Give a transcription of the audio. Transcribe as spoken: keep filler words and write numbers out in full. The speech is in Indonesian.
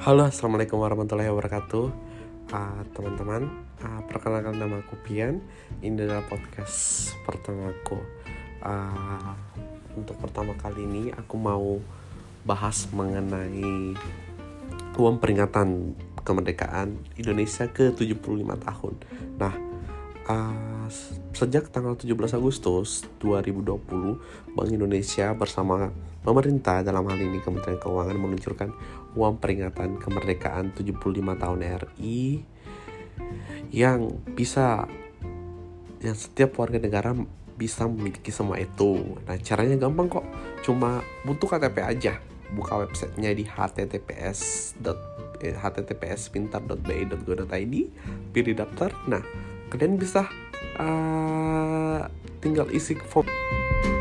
Halo, assalamualaikum warahmatullahi wabarakatuh. Uh, teman-teman, uh, perkenalkan nama aku Pian. Ini adalah podcast pertamaku. Uh, untuk pertama kali ini aku mau bahas mengenai uang peringatan kemerdekaan Indonesia ke tujuh puluh lima tahun. Nah, uh, sejak tanggal tujuh belas Agustus dua ribu dua puluh, Bank Indonesia bersama pemerintah, dalam hal ini Kementerian Keuangan, meluncurkan uang peringatan kemerdekaan tujuh puluh lima tahun R I yang bisa yang setiap warga negara bisa memiliki semua itu. Nah, caranya gampang kok. Cuma butuh K T P aja. Buka websitenya di https https pintar dot b i dot go dot i d, pilih daftar. Nah, kalian bisa uh, tinggal isi form